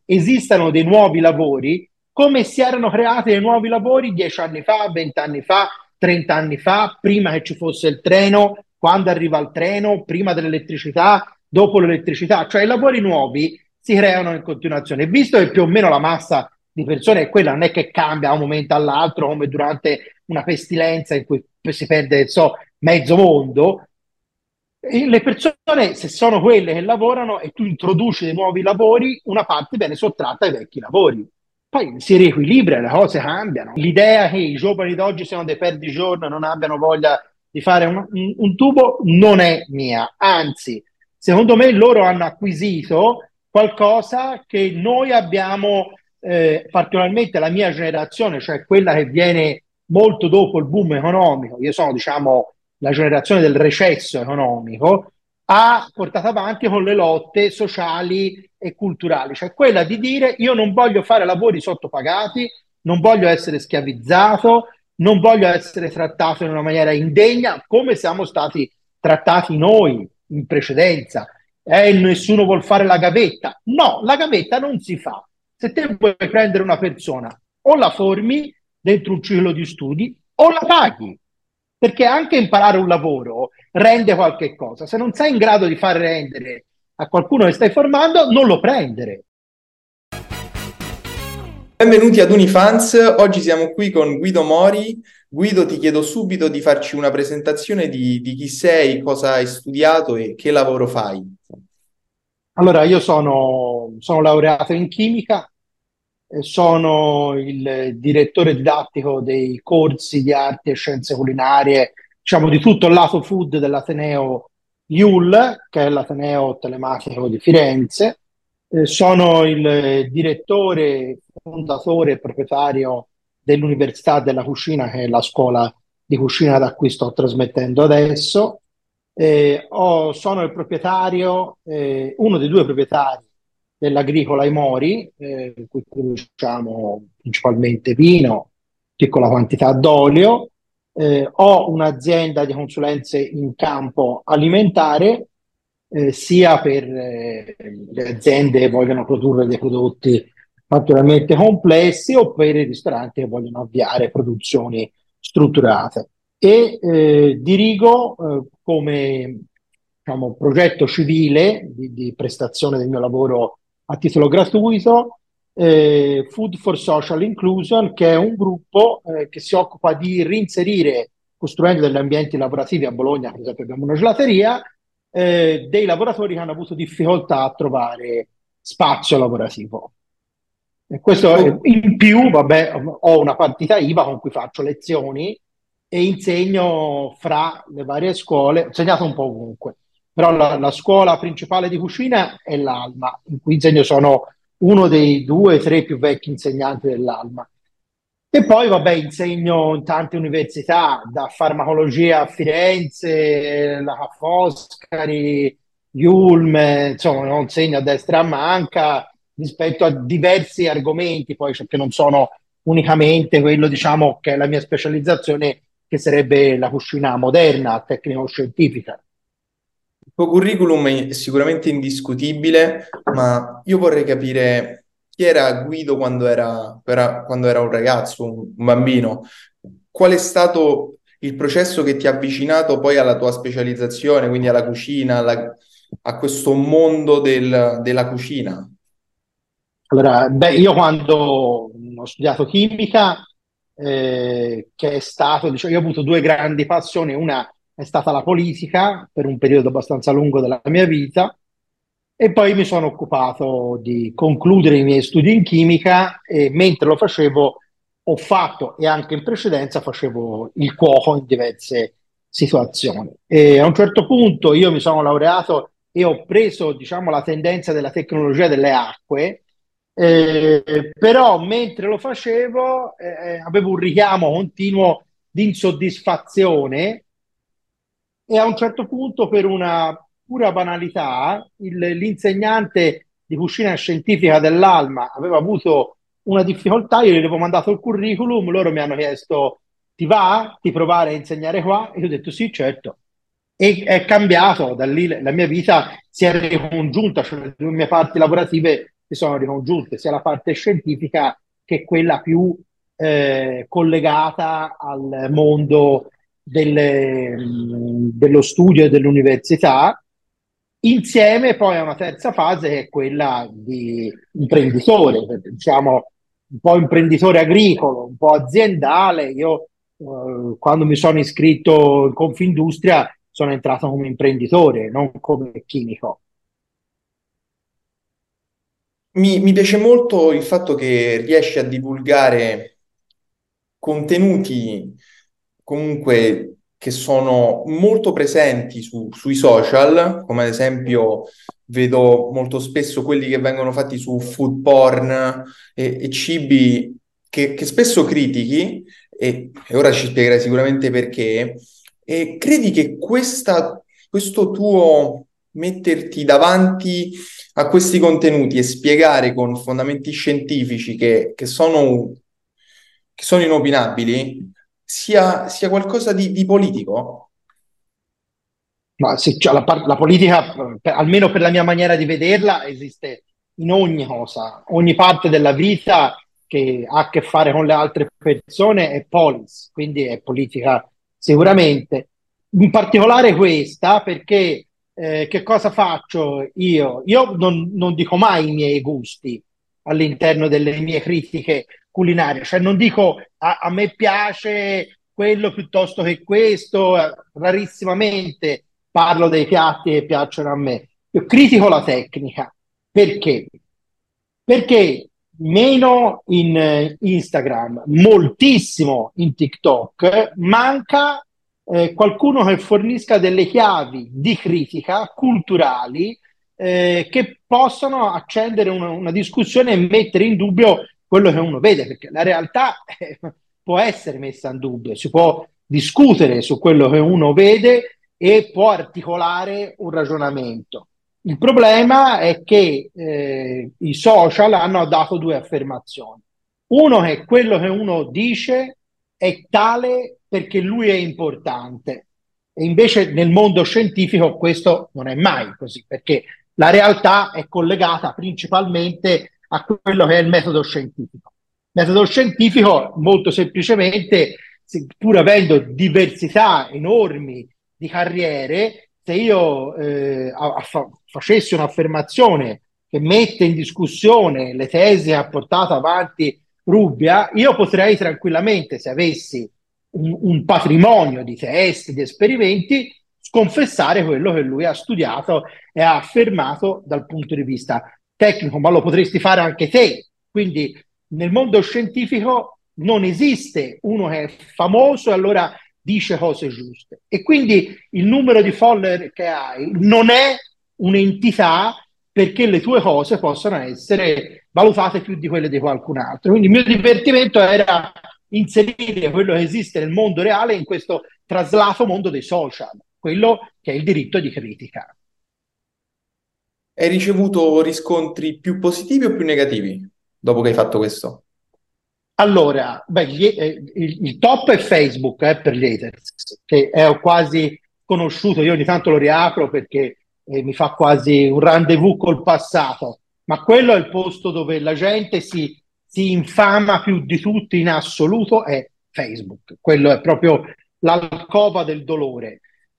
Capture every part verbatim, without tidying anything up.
esistano dei nuovi lavori come si erano creati dei nuovi lavori dieci anni fa, venti anni fa, trenta anni fa, prima che ci fosse il treno, quando arriva il treno, prima dell'elettricità, dopo l'elettricità. Cioè i lavori nuovi si creano in continuazione. Visto che più o meno la massa di persone è quella, non è che cambia da un momento all'altro come durante una pestilenza in cui si perde, so, mezzo mondo. E le persone, se sono quelle che lavorano e tu introduci dei nuovi lavori, una parte viene sottratta ai vecchi lavori. Poi si riequilibra, le cose cambiano. L'idea che i giovani d'oggi siano dei perdigiorno e non abbiano voglia di fare un, un, un tubo non è mia. Anzi, secondo me loro hanno acquisito qualcosa che noi abbiamo, eh, particolarmente la mia generazione, cioè quella che viene molto dopo il boom economico. Io sono, diciamo, la generazione del recesso economico, ha portato avanti con le lotte sociali e culturali, cioè quella di dire io non voglio fare lavori sottopagati, non voglio essere schiavizzato, non voglio essere trattato in una maniera indegna come siamo stati trattati noi in precedenza. Eh, nessuno vuol fare la gavetta. No, la gavetta non si fa. Se te vuoi prendere una persona, o la formi dentro un ciclo di studi o la paghi. Perché anche imparare un lavoro rende qualche cosa. Se non sei in grado di far rendere a qualcuno che stai formando, non lo prendere. Benvenuti ad Unifans, oggi siamo qui con Guido Mori. Guido, ti chiedo subito di farci una presentazione di, di chi sei, cosa hai studiato e che lavoro fai. Allora, io sono, sono laureato in chimica, eh, sono il direttore didattico dei corsi di arti e scienze culinarie, diciamo di tutto il lato food dell'Ateneo I U L, che è l'Ateneo Telematico di Firenze. Eh, sono il direttore, fondatore e proprietario dell'Università della Cucina, che è la scuola di cucina da cui sto trasmettendo adesso. Eh, ho- sono il proprietario, eh, uno dei due proprietari dell'Agricola Ai Mori, eh, in cui produciamo principalmente vino, piccola quantità d'olio. Eh, ho un'azienda di consulenze in campo alimentare, eh, sia per eh, le aziende che vogliono produrre dei prodotti particolarmente complessi o per i ristoranti che vogliono avviare produzioni strutturate. E eh, dirigo eh, come diciamo, progetto civile di, di prestazione del mio lavoro a titolo gratuito, eh, Food for Social Inclusion, che è un gruppo eh, che si occupa di reinserire, costruendo degli ambienti lavorativi a Bologna, per esempio abbiamo una gelateria, eh, dei lavoratori che hanno avuto difficoltà a trovare spazio lavorativo. E questo è- Oh, in più, vabbè, ho una partita I V A con cui faccio lezioni e insegno fra le varie scuole, ho insegnato un po' ovunque, però la, la scuola principale di cucina è l'Alma, in cui insegno, sono uno dei due o tre più vecchi insegnanti dell'Alma. E poi, vabbè, insegno in tante università, da farmacologia a Firenze, la Ca' Foscari, Yulm, eh, insomma, non insegno a destra e a manca rispetto a diversi argomenti, poi cioè, che non sono unicamente quello, diciamo, che è la mia specializzazione, che sarebbe la cucina moderna, tecnico-scientifica. il tuo curriculum è sicuramente indiscutibile, ma io vorrei capire chi era Guido quando era, era- quando era un ragazzo, un, un bambino. Qual è stato il processo che ti ha avvicinato poi alla tua specializzazione, quindi alla cucina, alla- a questo mondo del- della cucina? Allora, beh, io quando ho studiato chimica, eh, che è stato, diciamo, io ho avuto due grandi passioni, una è stata la politica per un periodo abbastanza lungo della mia vita e poi mi sono occupato di concludere i miei studi in chimica e mentre lo facevo ho fatto e anche in precedenza facevo il cuoco in diverse situazioni. E a un certo punto io mi sono laureato e ho preso, diciamo, la tendenza della tecnologia delle acque, eh, però mentre lo facevo eh, avevo un richiamo continuo di insoddisfazione e a un certo punto, per una pura banalità, il- l'insegnante di cucina scientifica dell'Alma aveva avuto una difficoltà, io gli avevo mandato il curriculum, loro mi hanno chiesto ti va di provare a insegnare qua? E io ho detto sì, certo. E è cambiato, da lì la mia vita si è ricongiunta, cioè le due mie parti lavorative si sono ricongiunte, sia la parte scientifica che quella più eh, collegata al mondo delle- mh, dello studio e dell'università, insieme poi a una terza fase che è quella di imprenditore, perché, diciamo un po' imprenditore agricolo, un po' aziendale. Io eh, quando mi sono iscritto in Confindustria sono entrato come imprenditore, non come chimico. Mi, mi piace molto il fatto che riesci a divulgare contenuti comunque che sono molto presenti su- sui social, come ad esempio vedo molto spesso quelli che vengono fatti su food porn e, e cibi che, che spesso critichi, e, e ora ci spiegherai sicuramente perché. E credi che questa, questo tuo metterti davanti a questi contenuti e spiegare con fondamenti scientifici che, che sono, che sono inopinabili, sia, sia qualcosa di, di politico? Ma se- cioè, la, par- la politica, eh, per- almeno per la mia maniera di vederla, esiste in ogni cosa, ogni parte della vita che ha a che fare con le altre persone è polis, quindi è politica sicuramente. In particolare questa, perché eh, che cosa faccio io? Io non, non dico mai i miei gusti all'interno delle mie critiche culinarie, cioè non dico a, a me piace quello piuttosto che questo, eh, rarissimamente parlo dei piatti che piacciono a me. Io critico la tecnica. Perché? Perché meno in eh, Instagram, moltissimo in TikTok, manca eh, qualcuno che fornisca delle chiavi di critica culturali eh, che possano accendere una, una discussione e mettere in dubbio quello che uno vede, perché la realtà eh, può essere messa in dubbio, si può discutere su quello che uno vede e può articolare un ragionamento. Il problema è che eh, i social hanno dato due affermazioni. Uno è quello che uno dice è tale perché lui è importante, e invece nel mondo scientifico questo non è mai così, perché la realtà è collegata principalmente a quello che è il metodo scientifico. Il metodo scientifico, molto semplicemente, pur avendo diversità enormi di carriere, se io eh, a, a fa- facessi un'affermazione che mette in discussione le tesi che ha portato avanti Rubbia, io potrei tranquillamente, se avessi un, un patrimonio di testi, di esperimenti, sconfessare quello che lui ha studiato e ha affermato dal punto di vista tecnico, ma lo potresti fare anche te. Quindi nel mondo scientifico non esiste uno che è famoso e allora dice cose giuste. E quindi il numero di follower che hai non è un'entità perché le tue cose possano essere valutate più di quelle di qualcun altro. Quindi il mio divertimento era inserire quello che esiste nel mondo reale in questo traslato mondo dei social, quello che è il diritto di critica. Hai ricevuto riscontri più positivi o più negativi dopo che hai fatto questo? Allora, beh, gli- eh, il, il top è Facebook eh, per gli haters, che è quasi conosciuto. Io ogni tanto lo riapro perché eh, mi fa quasi un rendezvous col passato, ma quello è il posto dove la gente si, si infama più di tutti in assoluto, è Facebook. Quello è proprio l'alcova del dolore.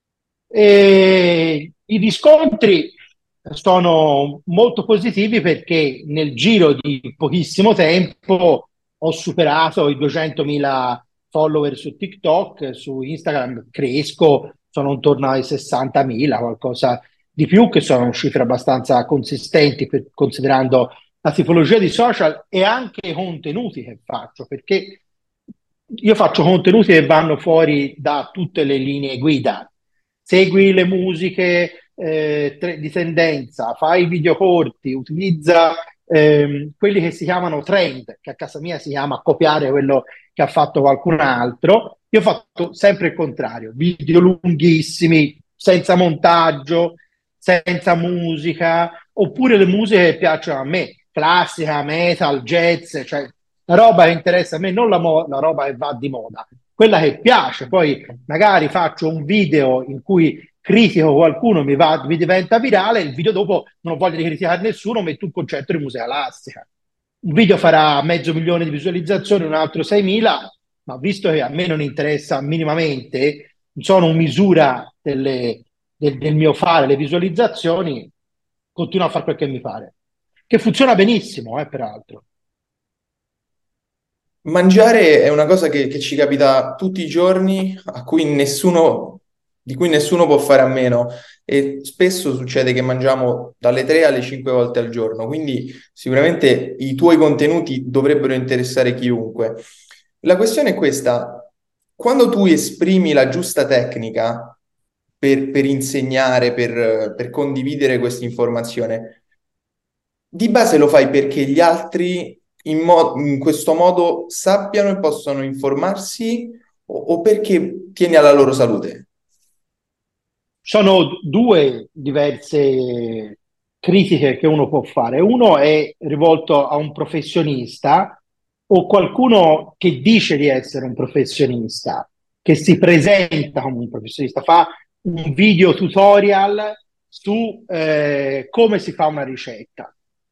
E i riscontri sono molto positivi perché nel giro di pochissimo tempo ho superato i duecentomila follower su TikTok, su Instagram cresco, sono intorno ai sessantamila, qualcosa di più, che sono cifre abbastanza consistenti per- considerando la tipologia di social e anche i contenuti che faccio, perché io faccio contenuti che vanno fuori da tutte le linee guida. Segui le musiche eh, tre- di tendenza, fai video corti, utilizza ehm, quelli che si chiamano trend, che a casa mia si chiama copiare quello che ha fatto qualcun altro. Io ho fatto sempre il contrario, video lunghissimi, senza montaggio, senza musica, oppure le musiche che piacciono a me, classica, metal, jazz, cioè la roba che interessa a me, non la, mo- la roba che va di moda, quella che piace. Poi magari faccio un video in cui critico qualcuno, mi, va, mi diventa virale, il video dopo non ho voglia di criticare nessuno, metto un concetto di musica classica. Un video farà mezzo milione di visualizzazioni, un altro seimila, ma visto che a me non interessa minimamente, non sono un misura delle, del, del mio fare, le visualizzazioni, continuo a fare quel che mi pare. Che funziona benissimo, eh, peraltro. Mangiare è una cosa che, che ci capita tutti i giorni, a cui nessuno, di cui nessuno può fare a meno e spesso succede che mangiamo dalle tre alle cinque volte al giorno, quindi sicuramente i tuoi contenuti dovrebbero interessare chiunque. La questione è questa: quando tu esprimi la giusta tecnica per, per insegnare, per, per condividere questa informazione, di base lo fai perché gli altri in, mo- in questo modo sappiano e possano informarsi o, o perché tieni alla loro salute? Sono due diverse critiche che uno può fare. Uno è rivolto a un professionista o qualcuno che dice di essere un professionista, che si presenta come un professionista, fa un video tutorial su eh, come si fa una ricetta.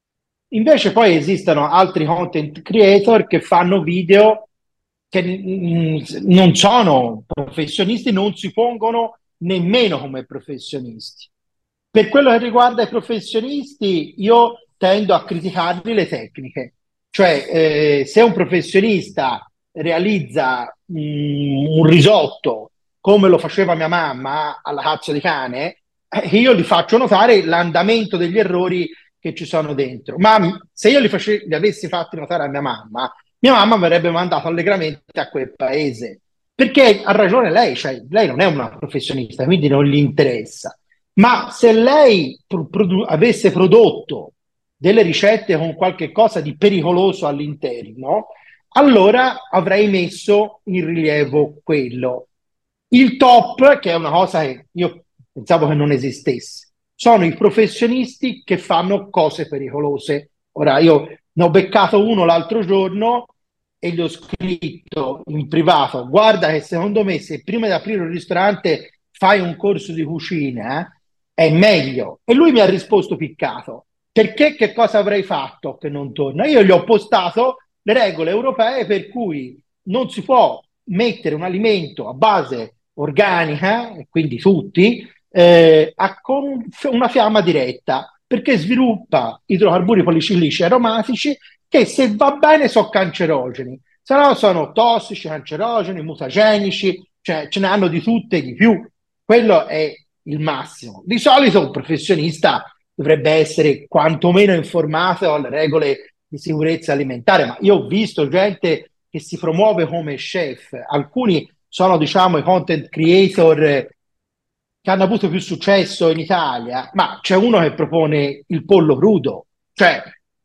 Invece poi esistono altri content creator che fanno video che mm, non sono professionisti, non si pongono nemmeno come professionisti. Per quello che riguarda i professionisti, io tendo a criticargli le tecniche. Cioè, eh, se un professionista realizza mm, un risotto come lo faceva mia mamma alla cazzo di cane, eh, io gli faccio notare l'andamento degli errori che ci sono dentro. Ma se io li, face- li avessi fatti notare a mia mamma, mia mamma mi avrebbe mandato allegramente a quel paese. Perché ha ragione lei, cioè lei non è una professionista, quindi non gli interessa. Ma se lei pro- produ- avesse prodotto delle ricette con qualche cosa di pericoloso all'interno, allora avrei messo in rilievo quello. Il top, che è una cosa che io pensavo che non esistesse, sono i professionisti che fanno cose pericolose. Ora, io ne ho beccato uno l'altro giorno e gli ho scritto in privato: guarda che secondo me se prima di aprire un ristorante fai un corso di cucina, eh, è meglio. E lui mi ha risposto piccato: perché che cosa avrei fatto che non torna? Io gli ho postato le regole europee per cui non si può mettere un alimento a base organica, e quindi tutti, eh, a, con una fiamma diretta, perché sviluppa idrocarburi policiclici aromatici che, se va bene, sono cancerogeni, se no sono tossici, cancerogeni, mutagenici, cioè ce ne hanno di tutte e di più. Quello è il massimo. Di solito un professionista dovrebbe essere quantomeno informato alle regole di sicurezza alimentare, ma io ho visto gente che si promuove come chef, alcuni sono, diciamo, i content creator eh, che hanno avuto più successo in Italia, ma c'è uno che propone il pollo crudo. Cioè,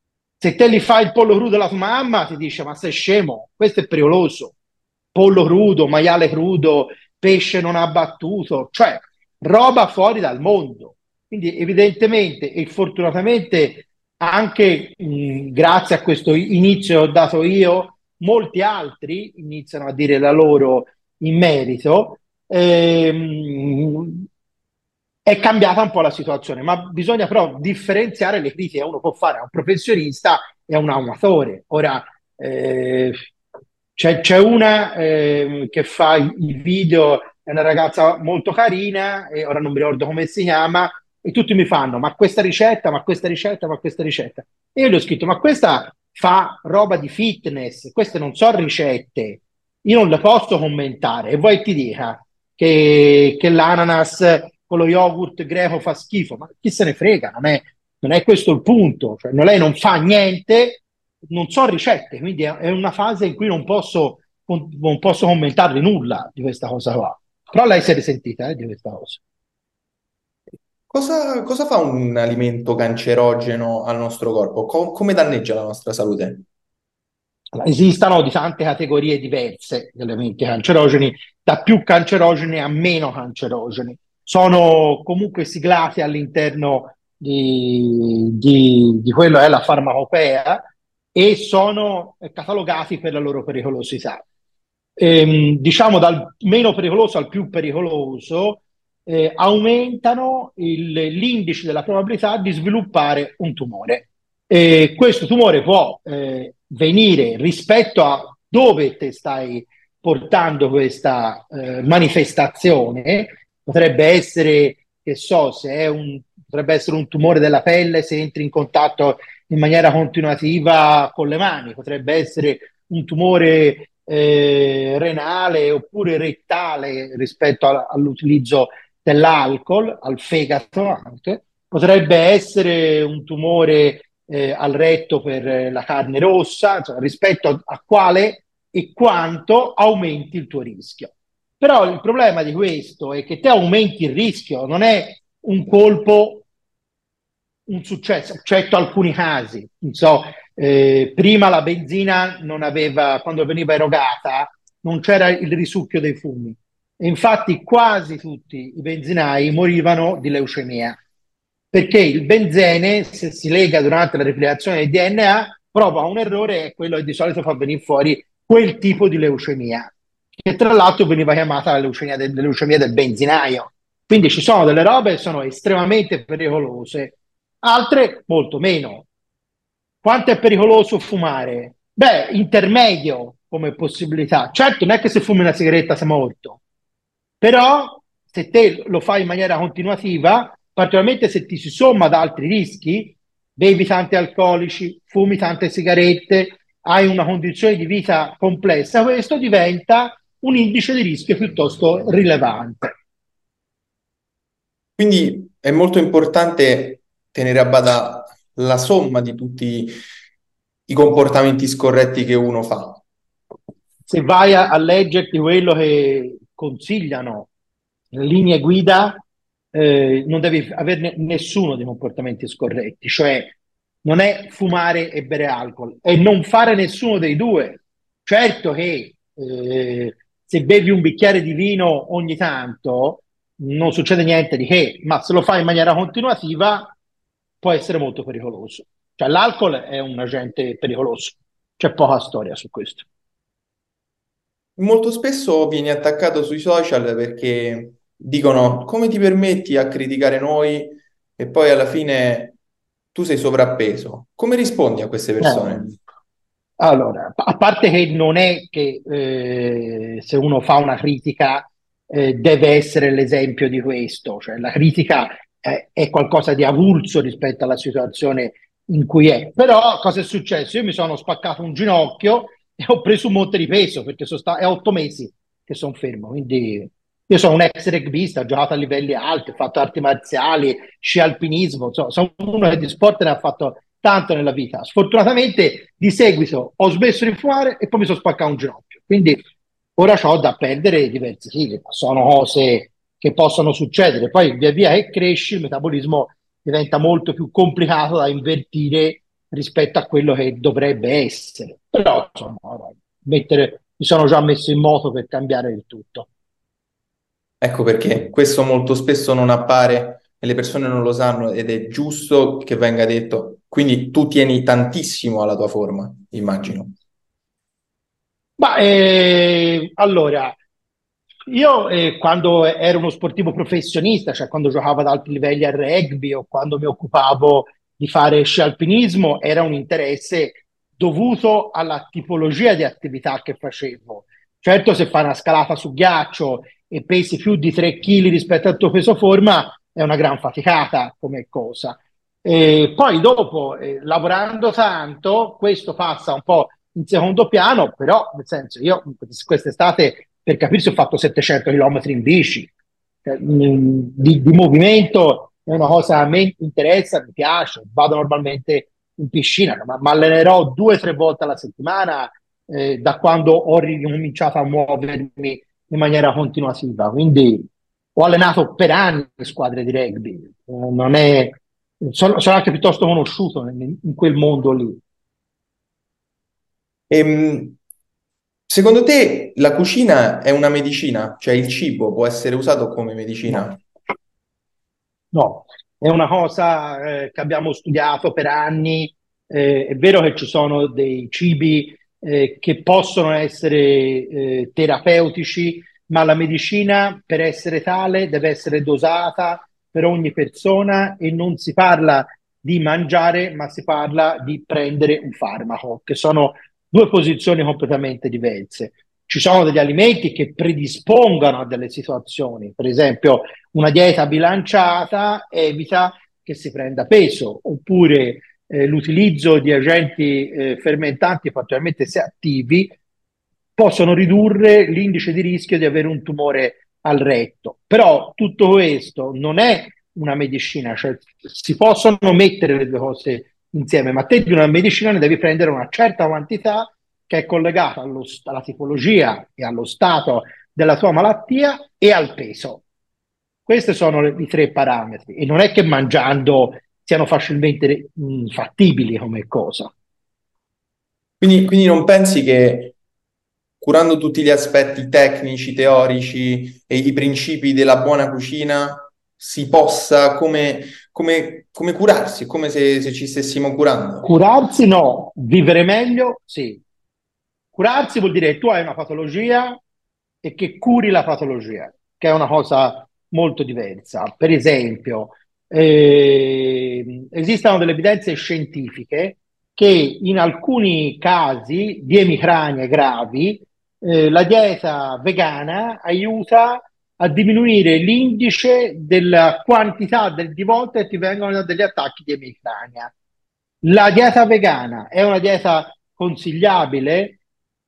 se te li fai il pollo crudo alla tua mamma, ti dice: ma sei scemo, questo è pericoloso. Pollo crudo, maiale crudo, pesce non abbattuto, cioè roba fuori dal mondo. Quindi evidentemente e fortunatamente anche mh, grazie a questo inizio che ho dato io, molti altri iniziano a dire la loro in merito. Ehm, è cambiata un po' la situazione, ma bisogna però differenziare le critiche che uno può fare a un professionista e a un amatore. Ora, eh, c'è, c'è una eh, che fa i i video, è una ragazza molto carina, e ora non mi ricordo come si chiama, e tutti mi fanno: ma questa ricetta, ma questa ricetta, ma questa ricetta. E io gli ho scritto: ma questa fa roba di fitness, queste non sono ricette, io non le posso commentare. E vuoi ti dica che, che l'ananas con lo yogurt greco fa schifo? Ma chi se ne frega, non è, non è questo il punto. Cioè, no, lei non fa niente, non so ricette, quindi è, è una fase in cui non posso, non posso commentarle nulla di questa cosa qua. Però lei si è risentita eh, di questa cosa. Cosa, cosa fa un alimento cancerogeno al nostro corpo? Co- come danneggia la nostra salute? Allora, esistono di tante categorie diverse di elementi cancerogeni, da più cancerogeni a meno cancerogeni. Sono comunque siglati all'interno di, di, di quello che è la farmacopea e sono catalogati per la loro pericolosità. Ehm, diciamo dal meno pericoloso al più pericoloso, eh, aumentano il- l'indice della probabilità di sviluppare un tumore. E questo tumore può eh, venire rispetto a dove te stai portando questa eh, manifestazione. Potrebbe essere, che so, se è un, potrebbe essere un tumore della pelle se entri in contatto in maniera continuativa con le mani, potrebbe essere un tumore eh, renale oppure rettale rispetto a- all'utilizzo dell'alcol, al fegato anche, potrebbe essere un tumore eh, al retto per eh, la carne rossa, insomma, rispetto a, a quale e quanto aumenti il tuo rischio. Però il problema di questo è che te aumenti il rischio, non è un colpo, un successo, eccetto alcuni casi. Non so, eh, prima la benzina non aveva, quando veniva erogata, non c'era il risucchio dei fumi. E infatti quasi tutti i benzinai morivano di leucemia, perché il benzene, se si lega durante la replicazione del D N A, provoca un errore e quello che di solito fa venire fuori quel tipo di leucemia, che tra l'altro veniva chiamata la leucemia del, leucemia del benzinaio. Quindi ci sono delle robe che sono estremamente pericolose, altre molto meno. Quanto è pericoloso fumare? Beh, intermedio come possibilità. Certo, non è che se fumi una sigaretta sei morto, però se te lo fai in maniera continuativa, particolarmente se ti si somma ad altri rischi, bevi tanti alcolici, fumi tante sigarette, hai una condizione di vita complessa, questo diventa un indice di rischio piuttosto rilevante. Quindi è molto importante tenere a bada la somma di tutti i comportamenti scorretti che uno fa. Se vai a, a leggerti quello che consigliano le linee guida, eh, non devi averne nessuno dei comportamenti scorretti, cioè non è fumare e bere alcol, è non fare nessuno dei due. Certo che eh, se bevi un bicchiere di vino ogni tanto non succede niente di che, ma se lo fai in maniera continuativa può essere molto pericoloso. Cioè l'alcol è un agente pericoloso, c'è poca storia su questo. Molto spesso vieni attaccato sui social perché dicono come ti permetti a criticare noi e poi alla fine tu sei sovrappeso. Come rispondi a queste persone? Eh, allora, a parte che non è che eh, se uno fa una critica eh, deve essere l'esempio di questo, cioè la critica eh, è qualcosa di avulso rispetto alla situazione in cui è. Però cosa è successo? Io mi sono spaccato un ginocchio e ho preso un monte di peso perché sono sta- è otto mesi che sono fermo, quindi io sono un ex rugbista, ho giocato a livelli alti, ho fatto arti marziali, sci alpinismo, insomma, sono uno che di sport ne ha fatto tanto nella vita. Sfortunatamente di seguito ho smesso di fumare e poi mi sono spaccato un ginocchio. Quindi ora ho da perdere diversi chili. Sono cose che possono succedere. Poi via via che cresci il metabolismo diventa molto più complicato da invertire rispetto a quello che dovrebbe essere. Però insomma, ora, mettere, mi sono già messo in moto per cambiare il tutto. Ecco perché questo molto spesso non appare e le persone non lo sanno ed è giusto che venga detto. Quindi tu tieni tantissimo alla tua forma, immagino. Ma eh, allora, io eh, quando ero uno sportivo professionista, cioè quando giocavo ad alti livelli a rugby o quando mi occupavo di fare sci alpinismo, era un interesse dovuto alla tipologia di attività che facevo. Certo, se fai una scalata su ghiaccio e pesi più di tre chili rispetto al tuo peso forma, è una gran faticata come cosa. E poi dopo, eh, lavorando tanto, questo passa un po' in secondo piano, però nel senso io quest'estate per capirsi ho fatto settecento chilometri in bici. Eh, mh, di, di movimento è una cosa che a me interessa, mi piace, vado normalmente in piscina, ma mi allenerò due o tre volte alla settimana eh, da quando ho ricominciato a muovermi in maniera continuativa. Quindi ho allenato per anni squadre di rugby, eh, non è, sono, sono anche piuttosto conosciuto in, in quel mondo lì. Ehm, secondo te la cucina è una medicina? Cioè il cibo può essere usato come No. medicina? No, è una cosa eh, che abbiamo studiato per anni. Eh, è vero che ci sono dei cibi eh, che possono essere eh, terapeutici, ma la medicina per essere tale deve essere dosata per ogni persona e non si parla di mangiare, ma si parla di prendere un farmaco, che sono due posizioni completamente diverse. Ci sono degli alimenti che predispongono a delle situazioni, per esempio una dieta bilanciata evita che si prenda peso, oppure eh, l'utilizzo di agenti eh, fermentanti particolarmente se attivi possono ridurre l'indice di rischio di avere un tumore al retto. Però tutto questo non è una medicina, cioè si possono mettere le due cose insieme, ma te di una medicina ne devi prendere una certa quantità che è collegata allo, alla tipologia e allo stato della tua malattia e al peso. Questi sono i tre parametri e non è che mangiando siano facilmente mh, fattibili come cosa. Quindi, quindi non pensi che curando tutti gli aspetti tecnici, teorici e i principi della buona cucina si possa come, come, come curarsi, come se, se ci stessimo curando? Curarsi no, vivere meglio sì. Curarsi vuol dire che tu hai una patologia e che curi la patologia, che è una cosa molto diversa. Per esempio, eh, esistono delle evidenze scientifiche che in alcuni casi di emicranie gravi eh, la dieta vegana aiuta a diminuire l'indice della quantità de- di volte che ti vengono degli attacchi di emicrania. La dieta vegana è una dieta consigliabile?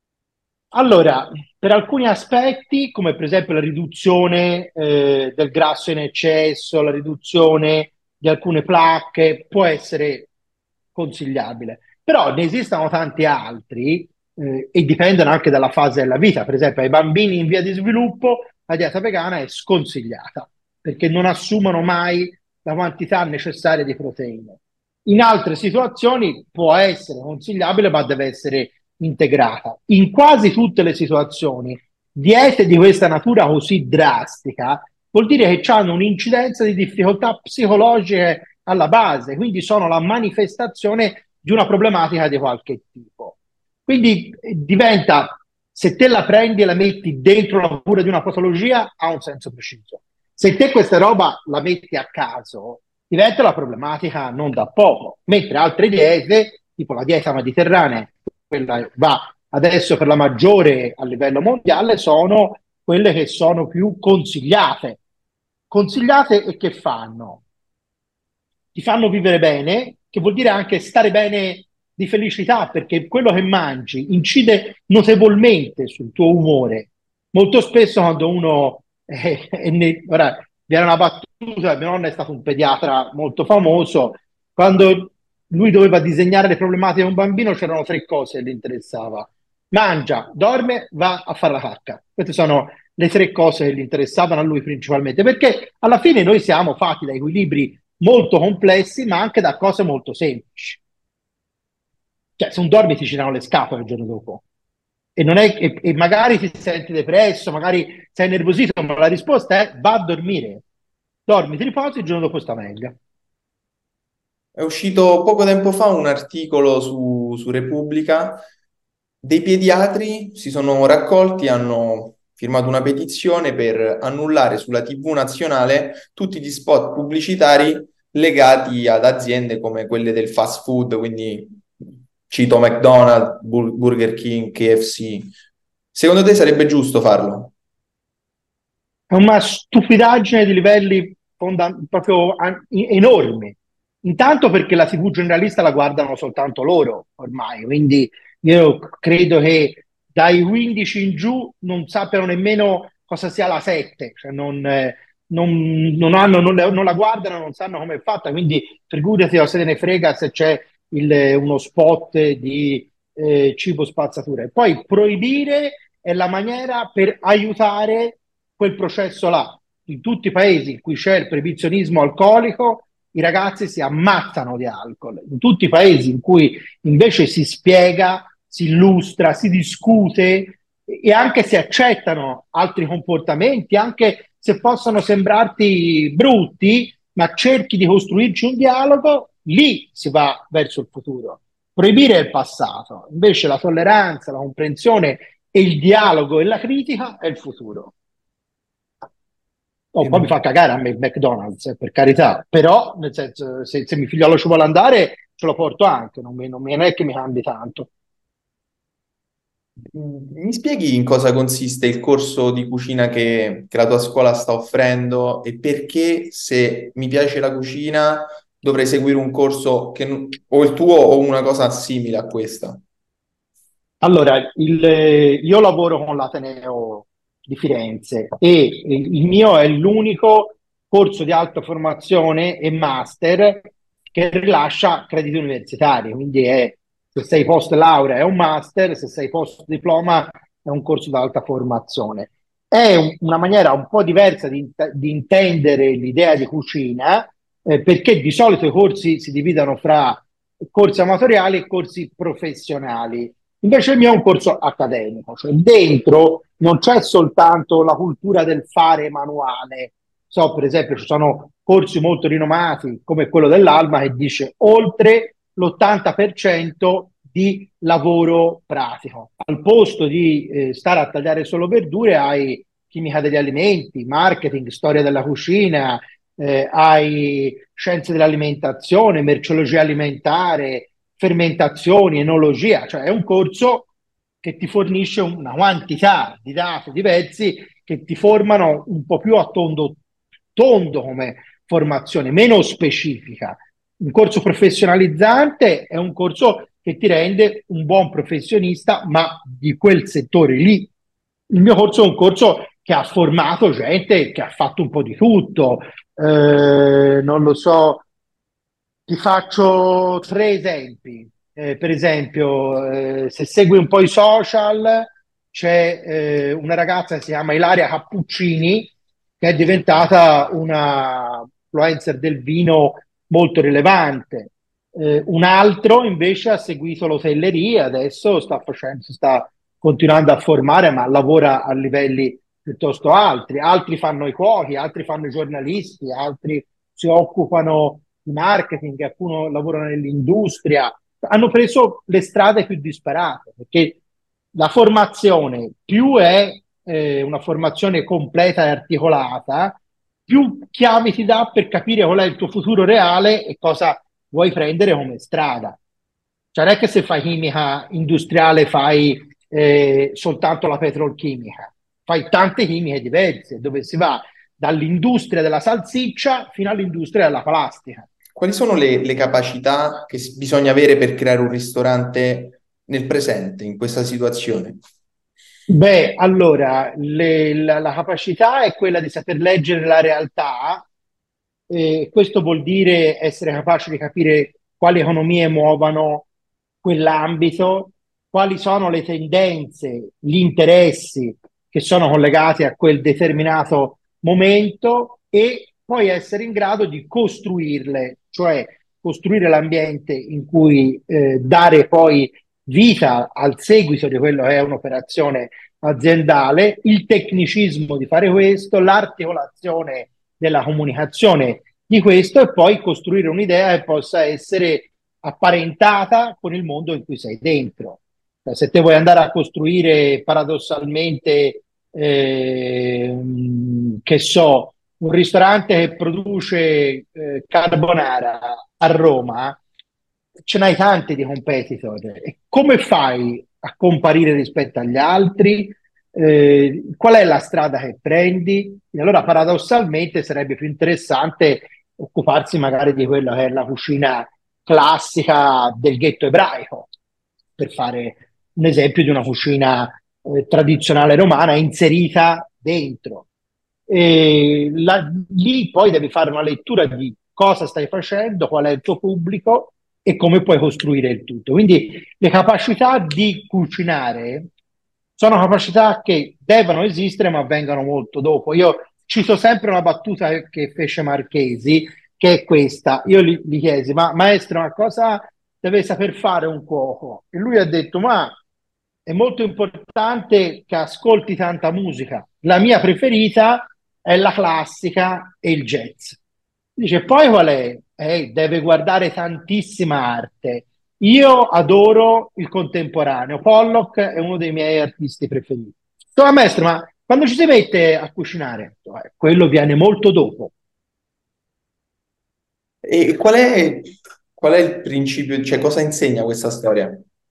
Allora, per alcuni aspetti, come per esempio la riduzione eh, del grasso in eccesso, la riduzione di alcune placche, può essere consigliabile. Però ne esistono tanti altri eh, e dipendono anche dalla fase della vita. Per esempio, ai bambini in via di sviluppo la dieta vegana è sconsigliata perché non assumono mai la quantità necessaria di proteine. In altre situazioni può essere consigliabile, ma deve essere integrata. In quasi tutte le situazioni, diete di questa natura così drastica vuol dire che hanno un'incidenza di difficoltà psicologiche alla base, quindi sono la manifestazione di una problematica di qualche tipo. Quindi eh, diventa, se te la prendi e la metti dentro la cura di una patologia, ha un senso preciso. Se te questa roba la metti a caso, diventa la problematica non da poco, mentre altre diete, tipo la dieta mediterranea, quella va adesso per la maggiore a livello mondiale, sono quelle che sono più consigliate. Consigliate e che fanno? Ti fanno vivere bene, che vuol dire anche stare bene di felicità, perché quello che mangi incide notevolmente sul tuo umore. Molto spesso quando uno eh, è ne- ora viene una battuta, mio nonno è stato un pediatra molto famoso, quando lui doveva disegnare le problematiche di un bambino c'erano tre cose che gli interessava: mangia, dorme, va a fare la cacca. Queste sono le tre cose che gli interessavano a lui principalmente, perché alla fine noi siamo fatti da equilibri molto complessi, ma anche da cose molto semplici. Cioè, se non dormi ti girano le scatole il giorno dopo. E, non è, e, e magari ti senti depresso, magari sei nervosito, ma la risposta è va a dormire. Dormi, ti riposi, il giorno dopo sta meglio. È uscito poco tempo fa un articolo su, su Repubblica. Dei pediatri si sono raccolti, hanno firmato una petizione per annullare sulla T V nazionale tutti gli spot pubblicitari legati ad aziende come quelle del fast food, quindi cito McDonald's, Bur- Burger King, K F C. Secondo te sarebbe giusto farlo? È una stupidaggine di livelli fonda- proprio an- enormi. Intanto perché la T V generalista la guardano soltanto loro ormai, quindi io credo che dai quindici in giù non sappiano nemmeno cosa sia la sette, cioè non, eh, non- non hanno- non le- non la guardano, non sanno come è fatta, quindi figurati se se ne frega se c'è il- uno spot di eh, cibo spazzatura. E poi proibire è la maniera per aiutare quel processo là. In tutti i paesi in cui c'è il proibizionismo alcolico, i ragazzi si ammazzano di alcol. In tutti i paesi in cui invece si spiega, si illustra, si discute e anche si accettano altri comportamenti, anche se possono sembrarti brutti, ma cerchi di costruirci un dialogo, lì si va verso il futuro. Proibire è il passato, invece la tolleranza, la comprensione e il dialogo e la critica è il futuro. Oh, poi mi fa cagare a me il McDonald's, eh, per carità, però nel senso, se, se mio figliolo ci vuole andare, ce lo porto anche, non, mi, non, mi- non è che mi cambi tanto. Mi spieghi in cosa consiste il corso di cucina che, che la tua scuola sta offrendo e perché se mi piace la cucina dovrei seguire un corso che n- o il tuo o una cosa simile a questa? Allora, il- io lavoro con l'Ateneo di Firenze e il il mio è l'unico corso di alta formazione e master che rilascia crediti universitari, quindi è, se sei post laurea è un master, se sei post diploma è un corso di alta formazione. È un- una maniera un po' diversa di, int- di intendere l'idea di cucina, eh, perché di solito i corsi si dividono fra corsi amatoriali e corsi professionali. Invece il mio è un corso accademico, cioè dentro non c'è soltanto la cultura del fare manuale. So, per esempio, ci sono corsi molto rinomati come quello dell'Alma che dice oltre l'ottanta per cento di lavoro pratico. Al posto di eh, stare a tagliare solo verdure, hai chimica degli alimenti, marketing, storia della cucina, eh, hai scienze dell'alimentazione, merceologia alimentare, fermentazioni, enologia, cioè è un corso che ti fornisce una quantità di dati diversi che ti formano un po' più a tondo, tondo come formazione, meno specifica. Un corso professionalizzante è un corso che ti rende un buon professionista, ma di quel settore lì. Il mio corso è un corso che ha formato gente che ha fatto un po' di tutto, eh, non lo so, ti faccio tre esempi. Eh, per esempio, eh, se segui un po' i social, c'è eh, una ragazza che si chiama Ilaria Cappuccini, che è diventata una influencer del vino molto rilevante. Eh, un altro invece ha seguito l'hotelleria, adesso sta facendo, si sta continuando a formare, ma lavora a livelli piuttosto alti. Altri fanno i cuochi, altri fanno i giornalisti, altri si occupano di marketing, alcuni lavorano nell'industria, hanno preso le strade più disparate, perché la formazione più è eh, una formazione completa e articolata, più chiavi ti dà per capire qual è il tuo futuro reale e cosa vuoi prendere come strada. Cioè non è che se fai chimica industriale fai eh, soltanto la petrolchimica, fai tante chimiche diverse, dove si va dall'industria della salsiccia fino all'industria della plastica. Quali sono le, le capacità che s- bisogna avere per creare un ristorante nel presente, in questa situazione? Beh, allora, le- la, la capacità è quella di saper leggere la realtà. Eh, questo vuol dire essere capaci di capire quali economie muovano quell'ambito, quali sono le tendenze, gli interessi che sono collegati a quel determinato momento e poi essere in grado di costruirle, cioè costruire l'ambiente in cui eh, dare poi vita al seguito di quello che è un'operazione aziendale, il tecnicismo di fare questo, l'articolazione della comunicazione di questo e poi costruire un'idea che possa essere apparentata con il mondo in cui sei dentro. Cioè, se te vuoi andare a costruire paradossalmente, eh, che so, un ristorante che produce eh, carbonara a Roma, ce n'hai tanti di competitor. E come fai a comparire rispetto agli altri? Eh, qual è la strada che prendi? E allora paradossalmente sarebbe più interessante occuparsi magari di quella che è la cucina classica del ghetto ebraico, per fare un esempio di una cucina eh, tradizionale romana inserita dentro. E la- lì poi devi fare una lettura di cosa stai facendo, qual è il tuo pubblico e come puoi costruire il tutto. Quindi le capacità di cucinare sono capacità che devono esistere, ma vengono molto dopo. Io cito sempre una battuta che fece Marchesi, che è questa. Io gli, gli chiesi, ma maestro, ma cosa deve saper fare un cuoco? E lui ha detto, ma è molto importante che ascolti tanta musica. La mia preferita è la classica e il jazz. Dice, poi qual è? Eh, deve guardare tantissima arte. Io adoro il contemporaneo. Pollock è uno dei miei artisti preferiti. Insomma, maestro, ma Quando ci si mette a cucinare, eh, quello viene molto dopo. E qual è, qual è il principio, cioè cosa insegna questa storia?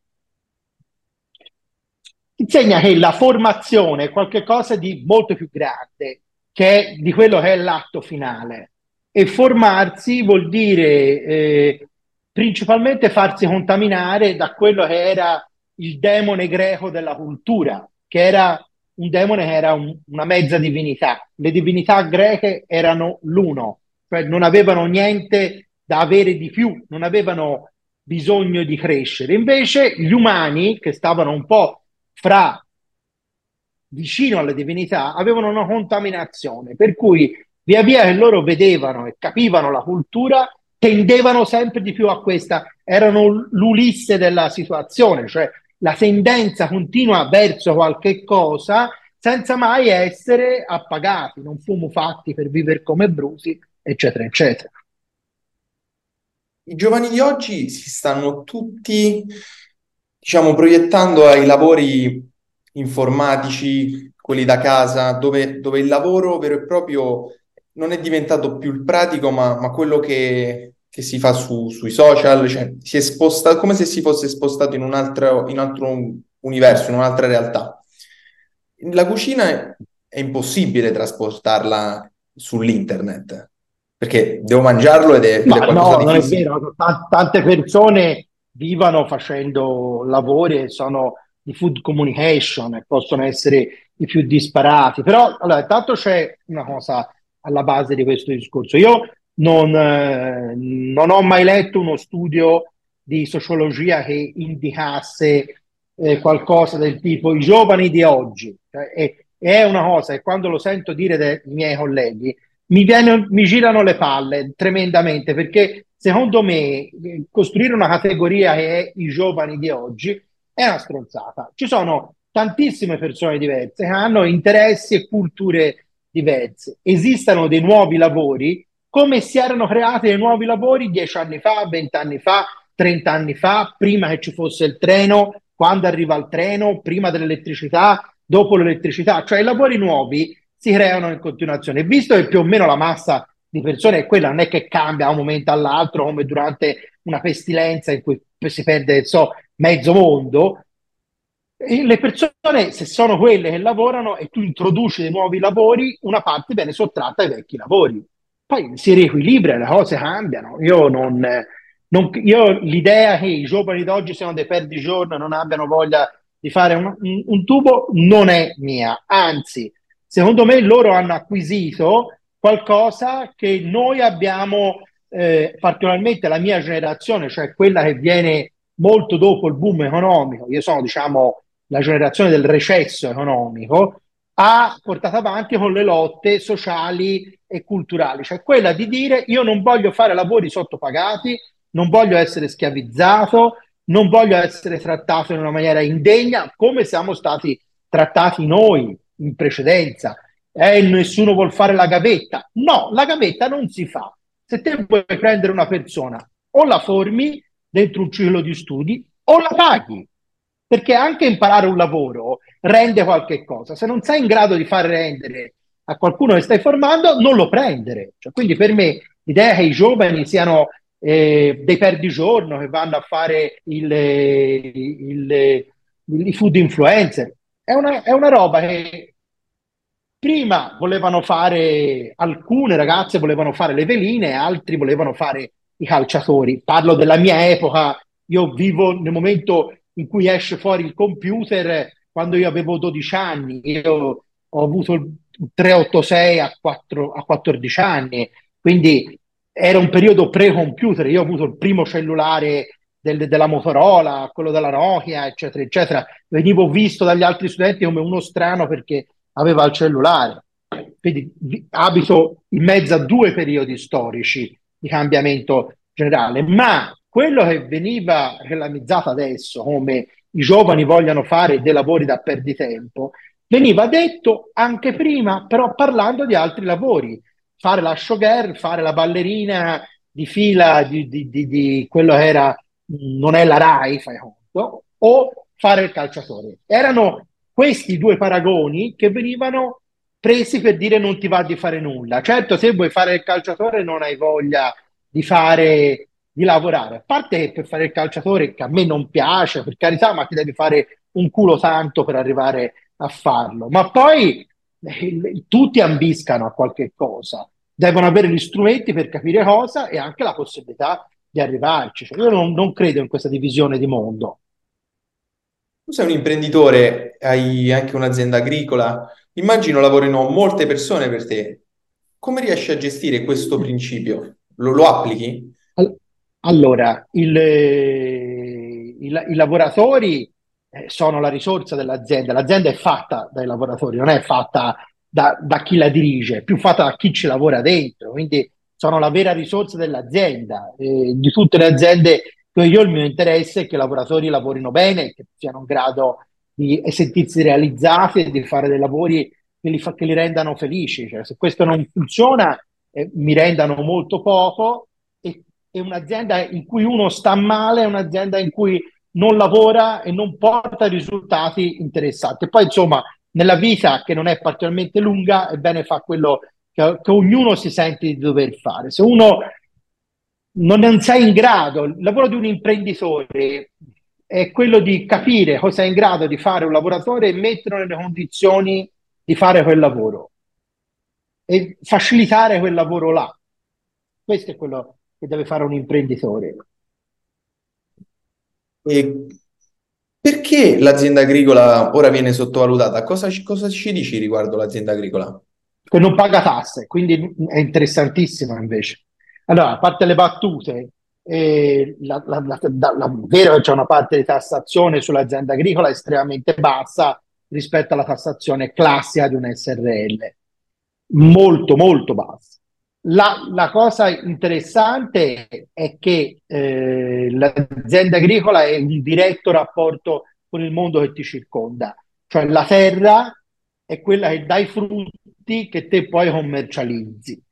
Insegna che la formazione è qualcosa di molto più grande che è di quello che è l'atto finale. E formarsi vuol dire eh, principalmente farsi contaminare da quello che era il demone greco della cultura, che era un demone che era un- una mezza divinità. Le divinità greche erano l'uno, cioè non avevano niente da avere di più, non avevano bisogno di crescere. Invece gli umani, che stavano un po' fra vicino alle divinità, avevano una contaminazione, per cui via via che loro vedevano e capivano la cultura, tendevano sempre di più a questa, erano l'Ulisse della situazione, cioè la tendenza continua verso qualche cosa senza mai essere appagati, non fumo fatti per vivere come brusi, eccetera, eccetera. I giovani di oggi si stanno tutti, diciamo, proiettando ai lavori informatici, quelli da casa, dove, dove il lavoro vero e proprio non è diventato più il pratico, ma, ma quello che, che si fa su- sui social, cioè si è spostato come se si fosse spostato in un altro, in un altro universo, in un'altra realtà. La cucina è, è impossibile trasportarla sull'internet, perché devo mangiarlo ed è, ed è Ma qualcosa no, di non è fisico. vero. T- tante persone vivono facendo lavori e sono di food communication e possono essere i più disparati. Però, allora, intanto c'è una cosa alla base di questo discorso. Io non, eh, non ho mai letto uno studio di sociologia che indicasse eh, qualcosa del tipo i giovani di oggi. Cioè, è, è una cosa che quando lo sento dire dai miei colleghi mi, viene- mi girano le palle tremendamente perché secondo me eh, costruire una categoria che è i giovani di oggi è una stronzata. Ci sono tantissime persone diverse che hanno interessi e culture diverse. Esistono dei nuovi lavori come si erano creati dei nuovi lavori dieci anni fa, venti anni fa, trenta anni fa, prima che ci fosse il treno, quando arriva il treno, prima dell'elettricità, dopo l'elettricità, cioè i lavori nuovi si creano in continuazione. Visto che più o meno la massa di persone è quella, non è che cambia da un momento all'altro come durante una pestilenza in cui si perde, so, mezzo mondo, e le persone, se sono quelle che lavorano e tu introduci dei nuovi lavori, una parte viene sottratta ai vecchi lavori. Poi si riequilibra, le cose cambiano. Io non, non- io l'idea che i giovani d'oggi siano dei perdigiorno e non abbiano voglia di fare un, un- un tubo non è mia. Anzi, secondo me loro hanno acquisito qualcosa che noi abbiamo, eh, particolarmente la mia generazione, cioè quella che viene molto dopo il boom economico. Io sono, diciamo, la generazione del recesso economico, ha portato avanti con le lotte sociali e culturali, cioè quella di dire io non voglio fare lavori sottopagati, non voglio essere schiavizzato, non voglio essere trattato in una maniera indegna come siamo stati trattati noi in precedenza. Eh, nessuno vuol fare la gavetta. No, la gavetta non si fa. Se te vuoi prendere una persona, o la formi dentro un ciclo di studi o la paghi. Perché anche imparare un lavoro rende qualche cosa. Se non sei in grado di far rendere a qualcuno che stai formando, non lo prendere. Cioè, quindi per me l'idea che i giovani siano eh, dei perdigiorno che vanno a fare il, il, il, i food influencer è una, è una roba che prima volevano fare, alcune ragazze volevano fare le veline, altri volevano fare i calciatori. Parlo della mia epoca, io vivo nel momento in cui esce fuori il computer, quando io avevo dodici anni, io ho avuto il trecentoottantasei a, quattro a quattordici anni, quindi era un periodo pre-computer, io ho avuto il primo cellulare del- della Motorola, quello della Nokia, eccetera, eccetera. Venivo visto dagli altri studenti come uno strano perché aveva il cellulare. Quindi vi- abito in mezzo a due periodi storici di cambiamento generale, ma quello che veniva reclamizzato adesso come i giovani vogliano fare dei lavori da perditempo, veniva detto anche prima, però parlando di altri lavori, fare la showgirl, fare la ballerina di fila di, di- di- di quello che era, non è la Rai, fai conto, o fare il calciatore. Erano questi due paragoni che venivano presi per dire non ti va di fare nulla. Certo, se vuoi fare il calciatore non hai voglia di fare, di lavorare. A parte che per fare il calciatore, che a me non piace, per carità, ma ti devi fare un culo santo per arrivare a farlo. Ma poi eh, tutti ambiscano a qualche cosa, devono avere gli strumenti per capire cosa e anche la possibilità di arrivarci. Cioè, io non, non credo in questa divisione di mondo. Tu sei un imprenditore, hai anche un'azienda agricola, immagino lavorino molte persone per te. Come riesci a gestire questo principio? Lo, lo applichi? All- Allora, il, eh, il- i lavoratori eh, sono la risorsa dell'azienda. L'azienda è fatta dai lavoratori, non è fatta da, da chi la dirige, è più fatta da chi ci lavora dentro. Quindi sono la vera risorsa dell'azienda. Eh, di tutte le aziende che ho io, il mio interesse è che i lavoratori lavorino bene, che siano in grado di sentirsi realizzati e di fare dei lavori che li, fa- che li rendano felici. Cioè, se questo non funziona, eh, mi rendano molto poco e è un'azienda in cui uno sta male, è un'azienda in cui non lavora e non porta risultati interessanti. Poi, insomma, nella vita che non è particolarmente lunga, è bene fare quello che, che ognuno si sente di dover fare. Se uno non, non sei in grado, il lavoro di un imprenditore è quello di capire cosa è in grado di fare un lavoratore e metterlo nelle condizioni di fare quel lavoro e facilitare quel lavoro là. Questo è quello che deve fare un imprenditore. E perché l'azienda agricola ora viene sottovalutata? Cosa, ci- cosa ci dici riguardo l'azienda agricola? Che non paga tasse, quindi è interessantissima invece. Allora, a parte le battute, eh, la, la, la, la, la, vero che c'è una parte di tassazione sull'azienda agricola estremamente bassa rispetto alla tassazione classica di un S R L, molto molto bassa. La, la cosa interessante è che eh, l'azienda agricola è un diretto rapporto con il mondo che ti circonda, cioè la terra è quella che dà i frutti che te poi commercializzi.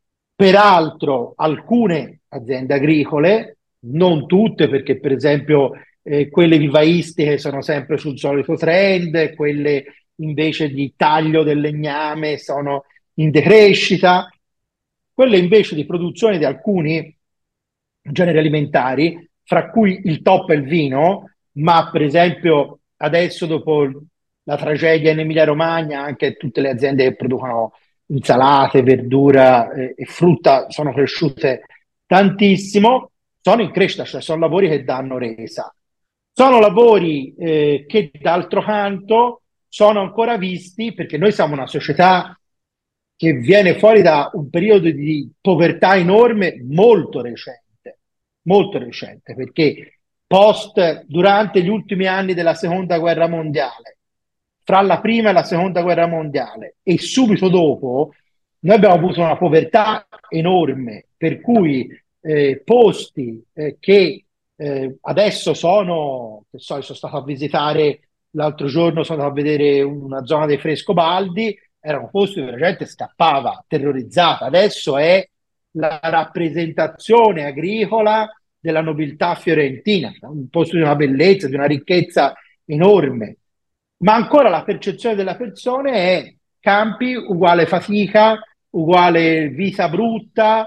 Peraltro, alcune aziende agricole, non tutte, perché per esempio eh, quelle vivaistiche sono sempre sul solito trend, quelle invece di taglio del legname sono in decrescita, quelle invece di produzione di alcuni generi alimentari, fra cui il top è il vino, ma per esempio adesso dopo la tragedia in Emilia-Romagna anche tutte le aziende che producono insalate, verdura eh, e frutta sono cresciute tantissimo, sono in crescita, cioè sono lavori che danno resa. Sono lavori eh, che d'altro canto sono ancora visti perché noi siamo una società che viene fuori da un periodo di povertà enorme molto recente, molto recente, perché post, durante gli ultimi anni della seconda guerra mondiale, fra la prima e la seconda guerra mondiale e subito dopo, noi abbiamo avuto una povertà enorme, per cui eh, posti eh, che eh, adesso sono, che so, sono stato a visitare l'altro giorno, sono andato a vedere una zona dei Frescobaldi, erano posti dove la gente scappava, terrorizzata. Adesso è la rappresentazione agricola della nobiltà fiorentina, un posto di una bellezza, di una ricchezza enorme. Ma ancora la percezione della persona è campi uguale fatica, uguale vita brutta,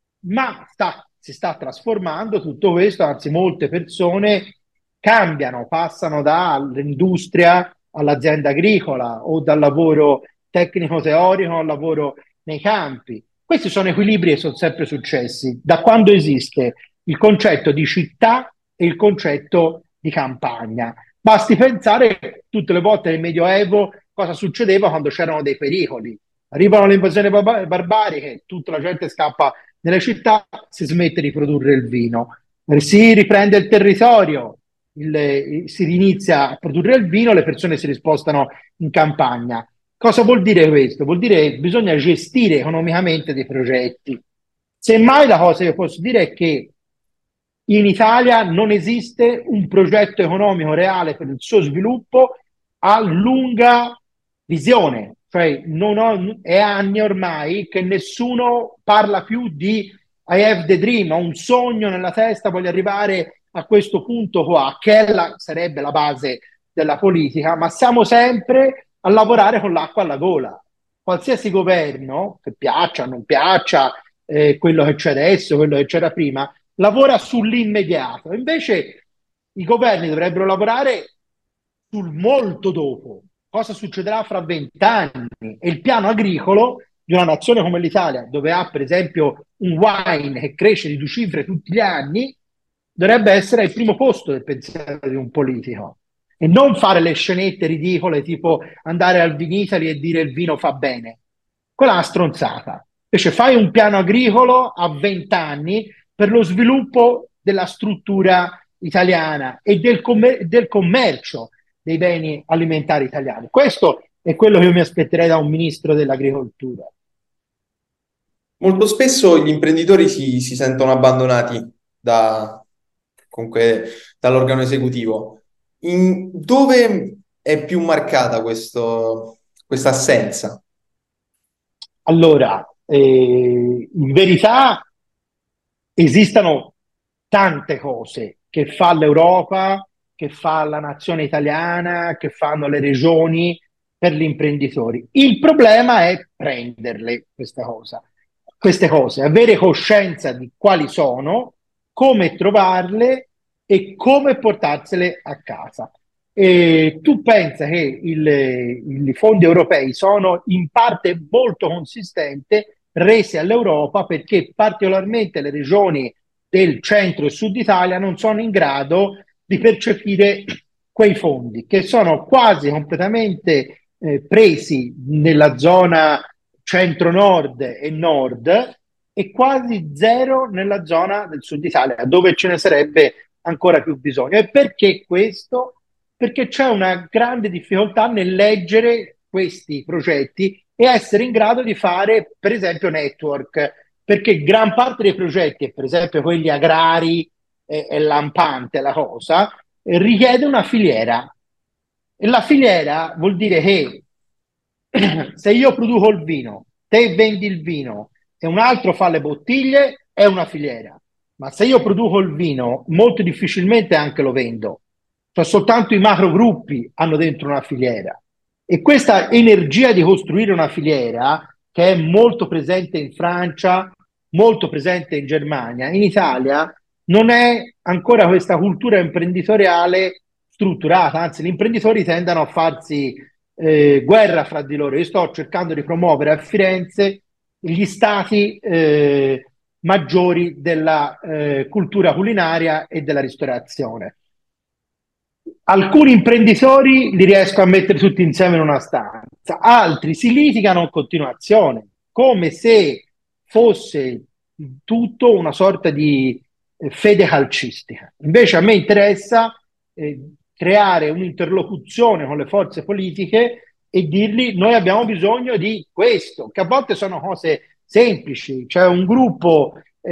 ma sta, si sta trasformando tutto questo, anzi molte persone cambiano, passano dall'industria all'azienda agricola o dal lavoro tecnico-teorico al lavoro nei campi. Questi sono equilibri che sono sempre successi da quando esiste il concetto di città e il concetto di campagna. Basti pensare tutte le volte nel Medioevo cosa succedeva quando c'erano dei pericoli. Arrivano le invasioni barbariche, tutta la gente scappa nelle città, si smette di produrre il vino, si riprende il territorio, il, si inizia a produrre il vino, le persone si rispostano in campagna. Cosa vuol dire questo? Vuol dire che bisogna gestire economicamente dei progetti. Semmai la cosa che posso dire è che in Italia non esiste un progetto economico reale per il suo sviluppo a lunga visione, cioè non ho, è anni ormai che nessuno parla più di I have the dream, ho un sogno nella testa, voglio arrivare a questo punto qua, che la, sarebbe la base della politica, ma siamo sempre a lavorare con l'acqua alla gola. Qualsiasi governo, che piaccia, non piaccia, eh, quello che c'è adesso, quello che c'era prima, lavora sull'immediato. Invece i governi dovrebbero lavorare sul molto dopo. Cosa succederà fra vent'anni? E il piano agricolo di una nazione come l'Italia, dove ha per esempio un wine che cresce di due cifre tutti gli anni, dovrebbe essere al primo posto del pensiero di un politico. E non fare le scenette ridicole tipo andare al Vinitaly e dire il vino fa bene. Quella è una stronzata. Invece fai un piano agricolo a vent'anni per lo sviluppo della struttura italiana e del, commer- del commercio dei beni alimentari italiani. Questo è quello che io mi aspetterei da un ministro dell'agricoltura. Molto spesso gli imprenditori si, si sentono abbandonati da, comunque, dall'organo esecutivo. In- dove è più marcata questo- questa assenza? Allora, eh, in verità esistono tante cose che fa l'Europa, che fa la nazione italiana, che fanno le regioni per gli imprenditori. Il problema è prenderle queste cose, queste cose, avere coscienza di quali sono, come trovarle e come portarsele a casa. E tu pensa che il- i fondi europei sono in parte molto consistente resi all'Europa perché particolarmente le regioni del centro e sud Italia non sono in grado di percepire quei fondi che sono quasi completamente eh, presi nella zona centro-nord e nord e quasi zero nella zona del sud Italia, dove ce ne sarebbe ancora più bisogno. E perché questo? Perché c'è una grande difficoltà nel leggere questi progetti e essere in grado di fare, per esempio, network, perché gran parte dei progetti, per esempio quelli agrari, è, è lampante la cosa, eh, richiede una filiera. E la filiera vuol dire che se io produco il vino, te vendi il vino e un altro fa le bottiglie, è una filiera. Ma se io produco il vino, molto difficilmente anche lo vendo. Cioè soltanto i macro gruppi hanno dentro una filiera. E questa energia di costruire una filiera, che è molto presente in Francia, molto presente in Germania, in Italia non è ancora questa cultura imprenditoriale strutturata, anzi gli imprenditori tendono a farsi eh, guerra fra di loro. Io sto cercando di promuovere a Firenze gli stati eh, maggiori della eh, cultura culinaria e della ristorazione. Alcuni imprenditori li riesco a mettere tutti insieme in una stanza, altri si litigano in continuazione, come se fosse tutto una sorta di eh, fede calcistica. Invece a me interessa eh, creare un'interlocuzione con le forze politiche e dirgli noi abbiamo bisogno di questo, che a volte sono cose semplici. C'è un gruppo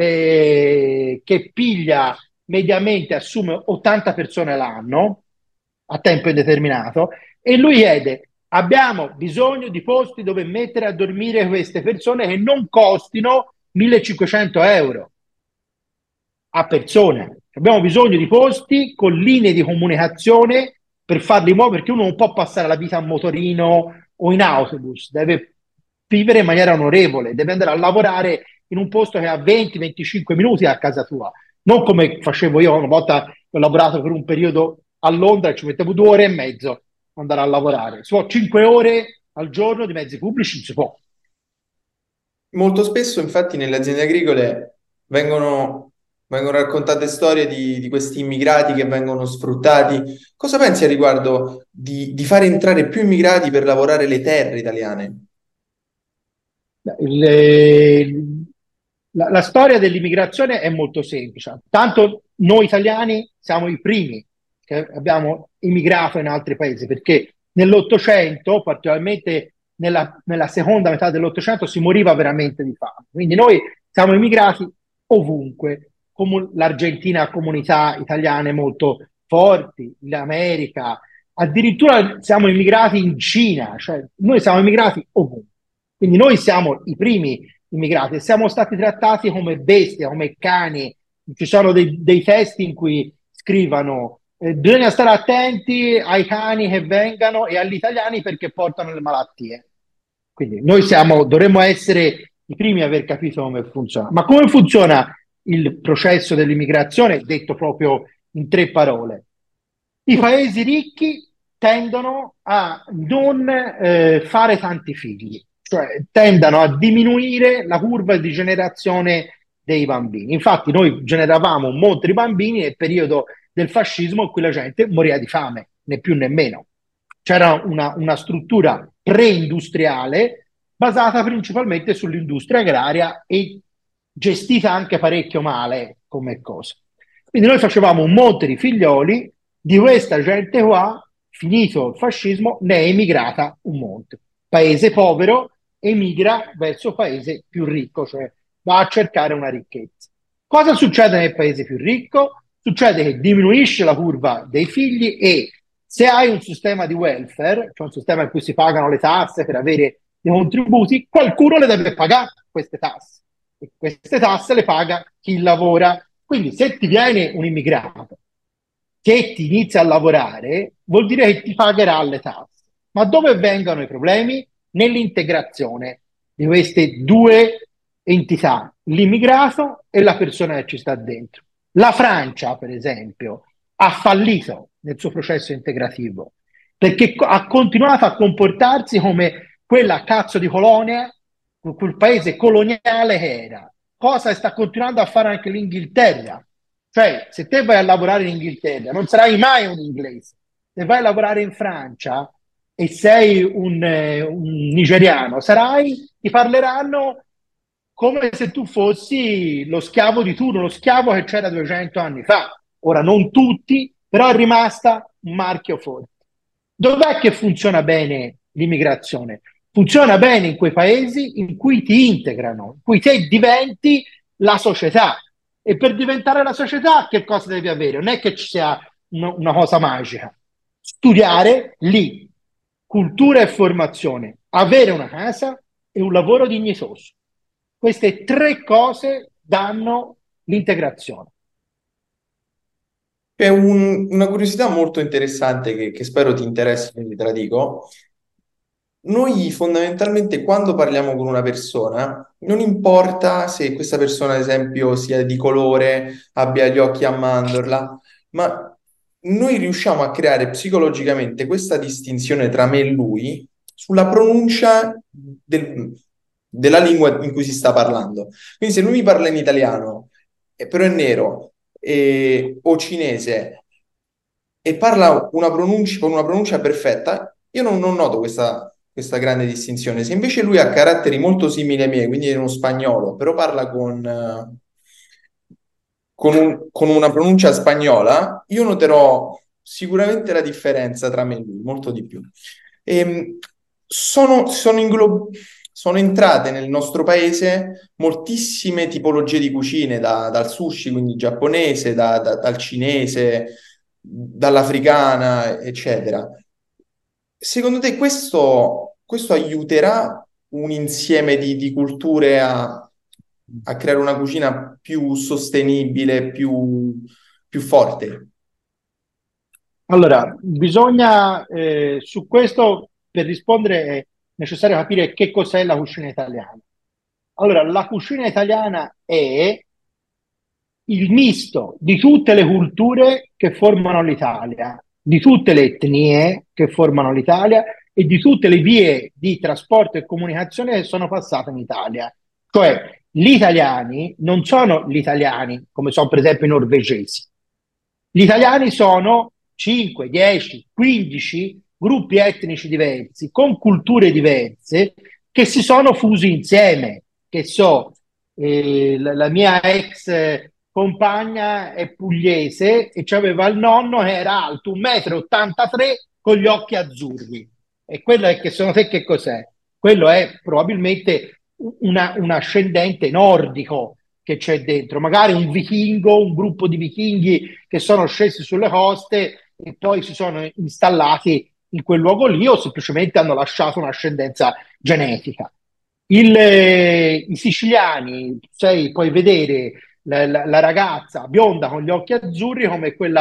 eh, che piglia mediamente, assume ottanta persone l'anno a tempo indeterminato e lui chiede abbiamo bisogno di posti dove mettere a dormire queste persone che non costino millecinquecento euro a persona. Abbiamo bisogno di posti con linee di comunicazione per farli muovere, perché uno non può passare la vita a motorino o in autobus, deve vivere in maniera onorevole, deve andare a lavorare in un posto che ha venti venticinque minuti a casa tua, non come facevo io una volta ho lavorato per un periodo a Londra e ci mettevo due ore e mezzo ad andare a lavorare. Si può cinque ore al giorno di mezzi pubblici, non si può. Molto spesso, infatti, nelle aziende agricole vengono, vengono raccontate storie di, di questi immigrati che vengono sfruttati. Cosa pensi a riguardo di, di fare entrare più immigrati per lavorare le terre italiane? Il- la, la storia dell'immigrazione è molto semplice. Tanto noi italiani siamo i primi che abbiamo immigrato in altri paesi, perché nell'Ottocento, particolarmente nella, nella seconda metà dell'Ottocento, si moriva veramente di fame. Quindi noi siamo immigrati ovunque. Comu- L'Argentina ha comunità italiane molto forti, l'America, addirittura siamo immigrati in Cina, cioè noi siamo immigrati ovunque. Quindi noi siamo i primi immigrati e siamo stati trattati come bestie, come cani. Ci sono dei, dei testi in cui scrivano eh, bisogna stare attenti ai cani che vengano e agli italiani perché portano le malattie. Quindi noi siamo, dovremmo essere i primi a aver capito come funziona. Ma come funziona il processo dell'immigrazione, detto proprio in tre parole? I paesi ricchi tendono a non eh, fare tanti figli, cioè tendono a diminuire la curva di generazione dei bambini. Infatti noi generavamo un monte di bambini nel periodo del fascismo in cui la gente moriva di fame, né più né meno. C'era una, una struttura pre-industriale basata principalmente sull'industria agraria e gestita anche parecchio male come cosa. Quindi noi facevamo un monte di figlioli, di questa gente qua, finito il fascismo, ne è emigrata un monte. Paese povero emigra verso paese più ricco, cioè va a cercare una ricchezza. Cosa succede nel paese più ricco? Succede che diminuisce la curva dei figli e se hai un sistema di welfare, cioè un sistema in cui si pagano le tasse per avere dei contributi, qualcuno le deve pagare queste tasse. E queste tasse le paga chi lavora. Quindi se ti viene un immigrato che ti inizia a lavorare, vuol dire che ti pagherà le tasse. Ma dove vengono i problemi? Nell'integrazione di queste due entità, l'immigrato e la persona che ci sta dentro. La Francia, per esempio, ha fallito nel suo processo integrativo perché ha continuato a comportarsi come quella cazzo di colonia, quel paese coloniale che era. Cosa sta continuando a fare anche l'Inghilterra? Cioè, se te vai a lavorare in Inghilterra, non sarai mai un inglese. Se vai a lavorare in Francia e sei un, eh, un nigeriano, sarai, ti parleranno come se tu fossi lo schiavo di turno, lo schiavo che c'era duecento anni fa. Ora, non tutti, però è rimasta un marchio forte. Dov'è che funziona bene l'immigrazione? Funziona bene in quei paesi in cui ti integrano, in cui te diventi la società. E per diventare la società che cosa devi avere? Non è che ci sia una, una cosa magica. Studiare lì, cultura e formazione, avere una casa e un lavoro dignitoso. Queste tre cose danno l'integrazione. È un- una curiosità molto interessante che, che spero ti interessi, quindi te la dico. Noi fondamentalmente quando parliamo con una persona, non importa se questa persona, ad esempio, sia di colore, abbia gli occhi a mandorla, ma noi riusciamo a creare psicologicamente questa distinzione tra me e lui sulla pronuncia del- della lingua in cui si sta parlando. Quindi se lui mi parla in italiano, eh, però è nero, eh, o cinese, e parla una pronuncia, con una pronuncia perfetta, io non, non noto questa, questa grande distinzione. Se invece lui ha caratteri molto simili ai miei, quindi è uno spagnolo, però parla con, eh, con, un- con una pronuncia spagnola, io noterò sicuramente la differenza tra me e lui, molto di più. Ehm, sono, sono, inglo- sono entrate nel nostro paese moltissime tipologie di cucine, da- dal sushi, quindi giapponese, da- da- dal cinese, dall'africana, eccetera. Secondo te questo, questo aiuterà un insieme di, di culture a, a creare una cucina più sostenibile, più, più forte? Allora, bisogna, eh, su questo, per rispondere, è necessario capire che cos'è la cucina italiana. Allora, la cucina italiana è il misto di tutte le culture che formano l'Italia, di tutte le etnie che formano l'Italia e di tutte le vie di trasporto e comunicazione che sono passate in Italia. Cioè, gli italiani non sono gli italiani, come sono per esempio i norvegesi. Gli italiani sono cinque, dieci, quindici gruppi etnici diversi, con culture diverse, che si sono fusi insieme, che so, eh, la, la mia ex eh, compagna è pugliese e aveva il nonno che era alto un metro e ottantatré m con gli occhi azzurri. E quello è che secondo te che cos'è? Quello è probabilmente una, un ascendente nordico che c'è dentro, magari un vichingo, un gruppo di vichinghi che sono scesi sulle coste e poi si sono installati in quel luogo lì o semplicemente hanno lasciato un'ascendenza genetica. Il, eh, I siciliani, sai, puoi vedere la, la- la ragazza bionda con gli occhi azzurri come quella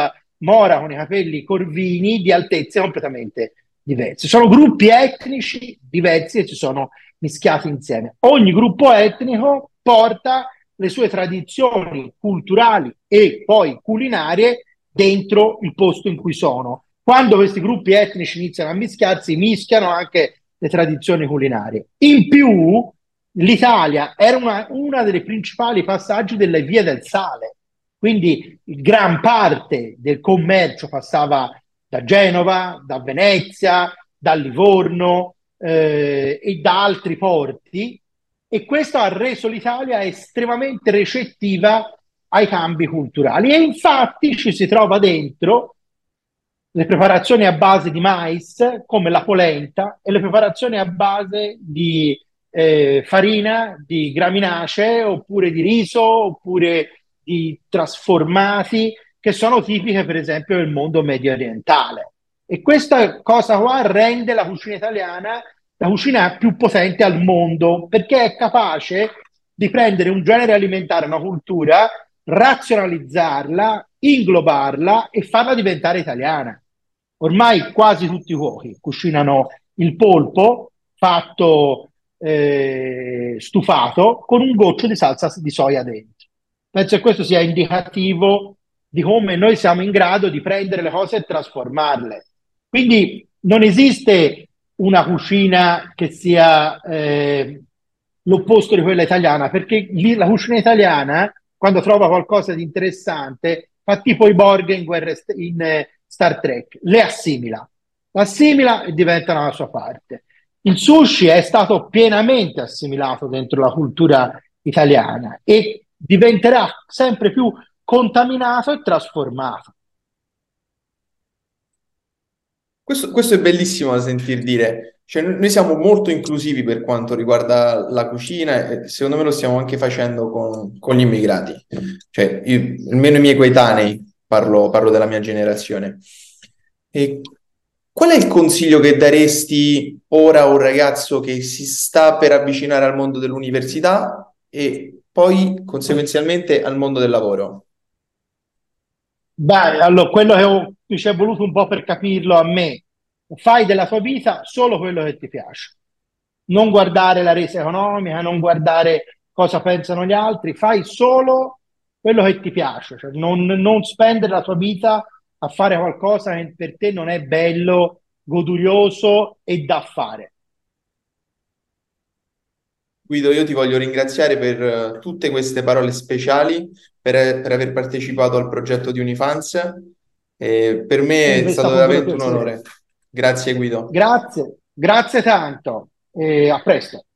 Mora con i capelli corvini di altezze completamente diverse. Sono gruppi etnici diversi e si sono mischiati insieme. Ogni gruppo etnico porta le sue tradizioni culturali e poi culinarie dentro il posto in cui sono. Quando questi gruppi etnici iniziano a mischiarsi, mischiano anche le tradizioni culinarie. In più, l'Italia era una, una delle principali passaggi delle vie del sale, quindi gran parte del commercio passava da Genova, da Venezia, da Livorno eh, e da altri porti, e questo ha reso l'Italia estremamente recettiva ai cambi culturali. E infatti ci si trova dentro le preparazioni a base di mais, come la polenta, e le preparazioni a base di eh, farina, di graminacee, oppure di riso, oppure di trasformati, che sono tipiche per esempio del mondo medio orientale. E questa cosa qua rende la cucina italiana la cucina più potente al mondo, perché è capace di prendere un genere alimentare, una cultura, razionalizzarla, inglobarla e farla diventare italiana. Ormai quasi tutti i cuochi cucinano il polpo fatto eh, stufato con un goccio di salsa di soia dentro. Penso che questo sia indicativo di come noi siamo in grado di prendere le cose e trasformarle. Quindi non esiste una cucina che sia eh, l'opposto di quella italiana, perché lì la cucina italiana, quando trova qualcosa di interessante, fa tipo i Borg in, guerre, in eh, Star Trek, le assimila, assimila e diventano la sua parte. Il sushi è stato pienamente assimilato dentro la cultura italiana e diventerà sempre più contaminato e trasformato. Questo, questo è bellissimo da sentir dire. Cioè, noi noi siamo molto inclusivi per quanto riguarda la cucina e secondo me lo stiamo anche facendo con, con gli immigrati. Cioè, io- almeno i miei coetanei, parlo, parlo della mia generazione. E qual è il consiglio che daresti ora a un ragazzo che si sta per avvicinare al mondo dell'università e poi conseguenzialmente al mondo del lavoro? Beh, allora, quello che ho- mi ci è voluto un po' per capirlo a me, fai della tua vita solo quello che ti piace. Non guardare la resa economica, non guardare cosa pensano gli altri, fai solo quello che ti piace, cioè non, non spendere la tua vita a fare qualcosa che per te non è bello, godurioso e da fare. Guido, io ti voglio ringraziare per eh, tutte queste parole speciali, per, per aver partecipato al progetto di Unifans. E per me è Mi è stato stato un vero veramente un piacere. onore. Grazie, Guido. Grazie, grazie tanto e a presto.